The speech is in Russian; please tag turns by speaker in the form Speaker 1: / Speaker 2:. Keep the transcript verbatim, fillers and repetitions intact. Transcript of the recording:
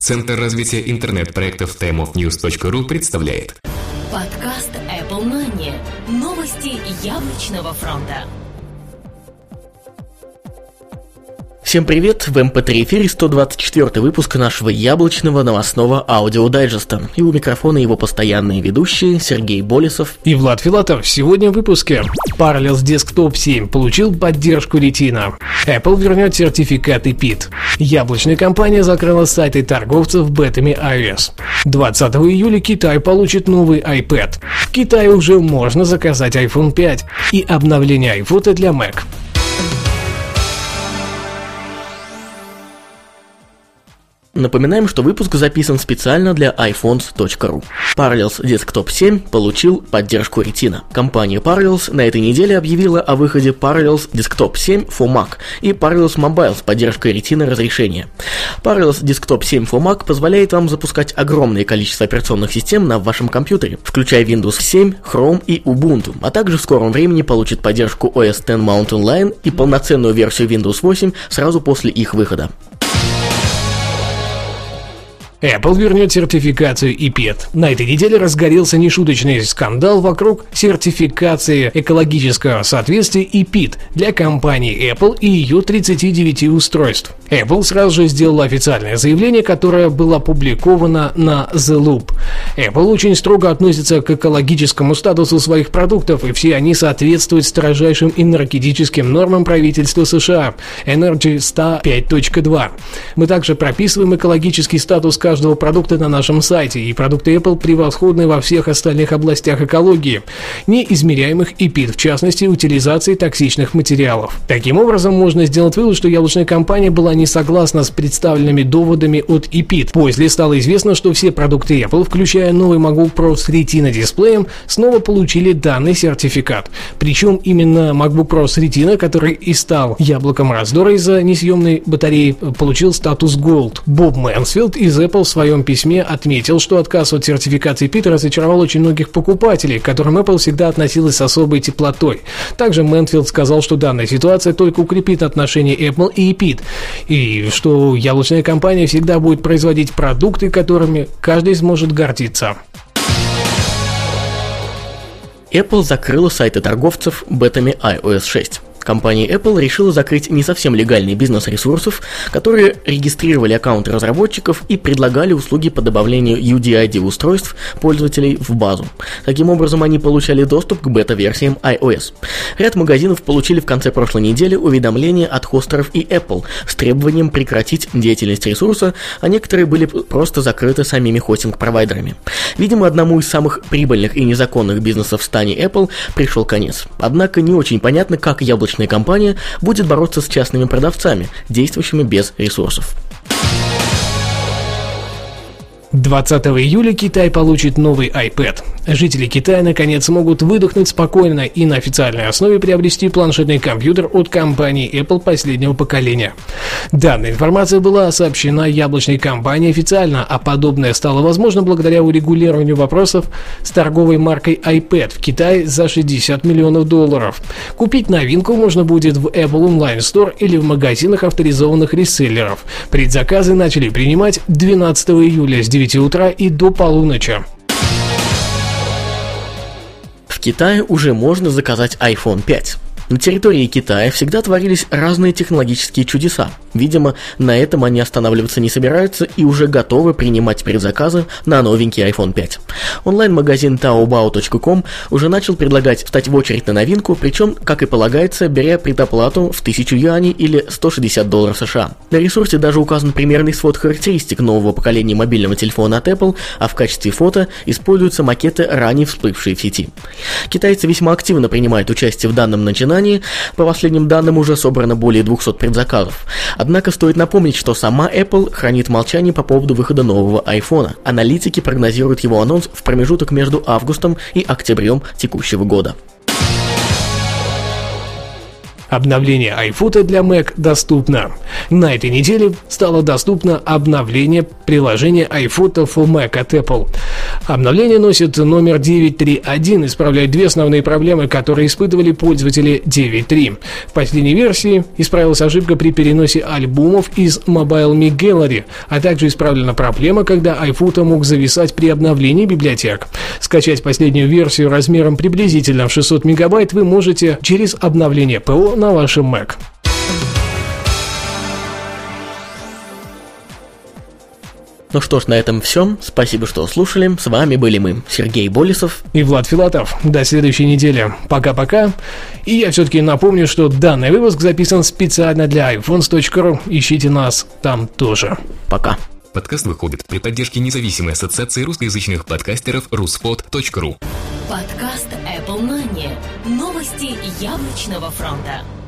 Speaker 1: Центр развития интернет-проектов тайм оф ньюс точка ру представляет
Speaker 2: подкаст Apple Money. Новости яблочного фронта.
Speaker 3: Всем привет! В эм пэ три эфире сто двадцать четвёртый выпуск нашего яблочного новостного аудиодайджеста. И у микрофона его постоянные ведущие Сергей Болесов
Speaker 4: и Влад Филатов. Сегодня в выпуске. Parallels Desktop семь получил поддержку Retina. Apple вернет сертификат и пи ай ти. Яблочная компания закрыла сайты торговцев бетами iOS. двадцатого июля Китай получит новый iPad. В Китае уже можно заказать айфон пять и обновление iPhone для Mac.
Speaker 3: Напоминаем, что выпуск записан специально для айфонс точка ру. Parallels Desktop семь получил поддержку Retina. Компания Parallels на этой неделе объявила о выходе Parallels Desktop семь for Mac и Parallels Mobile с поддержкой Retina разрешения. Parallels Desktop семь for Mac позволяет вам запускать огромное количество операционных систем на вашем компьютере, включая Windows семь, Chrome и Ubuntu, а также в скором времени получит поддержку о эс десять Mountain Lion и полноценную версию Windows восемь сразу после их выхода.
Speaker 4: Apple вернет сертификацию и пи ай ти. На этой неделе разгорелся нешуточный скандал вокруг сертификации экологического соответствия и пи ай ти для компании Apple и ее тридцати девяти устройств. Apple сразу же сделала официальное заявление, которое было опубликовано на The Loop. Apple очень строго относится к экологическому статусу своих продуктов, и все они соответствуют строжайшим энергетическим нормам правительства США Energy сто пять точка два. Мы также прописываем экологический статус каждого продукта на нашем сайте, и продукты Apple превосходны во всех остальных областях экологии, неизмеряемых и пи ай ти, в частности, утилизации токсичных материалов. Таким образом, можно сделать вывод, что яблочная компания была не согласна с представленными доводами от и пи ай ти. После стало известно, что все продукты Apple, включая новый MacBook Pro с Retina дисплеем, снова получили данный сертификат. Причем именно MacBook Pro с Retina, который и стал яблоком раздора из-за несъемной батареи, получил статус Gold. Боб Мэнсфилд из Apple в своем письме отметил, что отказ от сертификации пи ай ти разочаровал очень многих покупателей, к которым Apple всегда относилась с особой теплотой. Также Мэнсфилд сказал, что данная ситуация только укрепит отношения Apple и пи ай ти, и что яблочная компания всегда будет производить продукты, которыми каждый сможет гордиться.
Speaker 3: Apple закрыла сайты торговцев бетами ай о эс шесть. Компания Apple решила закрыть не совсем легальный бизнес ресурсов, которые регистрировали аккаунты разработчиков и предлагали услуги по добавлению ю ди ай ди устройств пользователей в базу. Таким образом, они получали доступ к бета-версиям iOS. Ряд магазинов получили в конце прошлой недели уведомления от хостеров и Apple с требованием прекратить деятельность ресурса, а некоторые были просто закрыты самими хостинг-провайдерами. Видимо, одному из самых прибыльных и незаконных бизнесов в стане Apple пришел конец. Однако не очень понятно, как яблочная компания будет бороться с частными продавцами, действующими без ресурсов.
Speaker 4: двадцатого июля Китай получит новый iPad. Жители Китая наконец смогут выдохнуть спокойно и на официальной основе приобрести планшетный компьютер от компании Apple последнего поколения. Данная информация была сообщена яблочной компанией официально, а подобное стало возможно благодаря урегулированию вопросов с торговой маркой iPad в Китае за шестьдесят миллионов долларов. Купить новинку можно будет в Apple Online Store или в магазинах авторизованных реселлеров. Предзаказы начали принимать двенадцатого июля с девяти утра и до полуночи.
Speaker 3: В Китае уже можно заказать айфон пять. На территории Китая всегда творились разные технологические чудеса. Видимо, на этом они останавливаться не собираются и уже готовы принимать предзаказы на новенький айфон пять. Онлайн-магазин таобао точка ком уже начал предлагать встать в очередь на новинку, причем, как и полагается, беря предоплату в тысячу юаней или сто шестьдесят долларов США. На ресурсе даже указан примерный свод характеристик нового поколения мобильного телефона от Apple, а в качестве фото используются макеты, ранее всплывшие в сети. Китайцы весьма активно принимают участие в данном начинании. По последним данным, уже собрано более двухсот предзаказов. Однако стоит напомнить, что сама Apple хранит молчание по поводу выхода нового айфона. Аналитики прогнозируют его анонс в промежуток между августом и октябрем текущего года.
Speaker 4: Обновление iPhoto для Mac доступно. На этой неделе стало доступно обновление приложения iPhoto for Mac от Apple. Обновление носит номер девять три один, исправляет две основные проблемы, которые испытывали пользователи девять три. В последней версии исправилась ошибка при переносе альбомов из Mobile Me Gallery, а также исправлена проблема, когда iPhoto мог зависать при обновлении библиотек. Скачать последнюю версию размером приблизительно в шестьсот мегабайт вы можете через обновление ПО на вашем Mac.
Speaker 3: Ну что ж, на этом все. Спасибо, что слушали. С вами были мы, Сергей Болесов
Speaker 4: и Влад Филатов. До следующей недели. Пока-пока. И я все-таки напомню, что данный выпуск записан специально для айфонс точка ру. Ищите нас там тоже.
Speaker 3: Пока.
Speaker 1: Подкаст выходит при поддержке независимой ассоциации русскоязычных подкастеров руспод точка ру.
Speaker 2: Подкаст Apple Money. Новости яблочного фронта.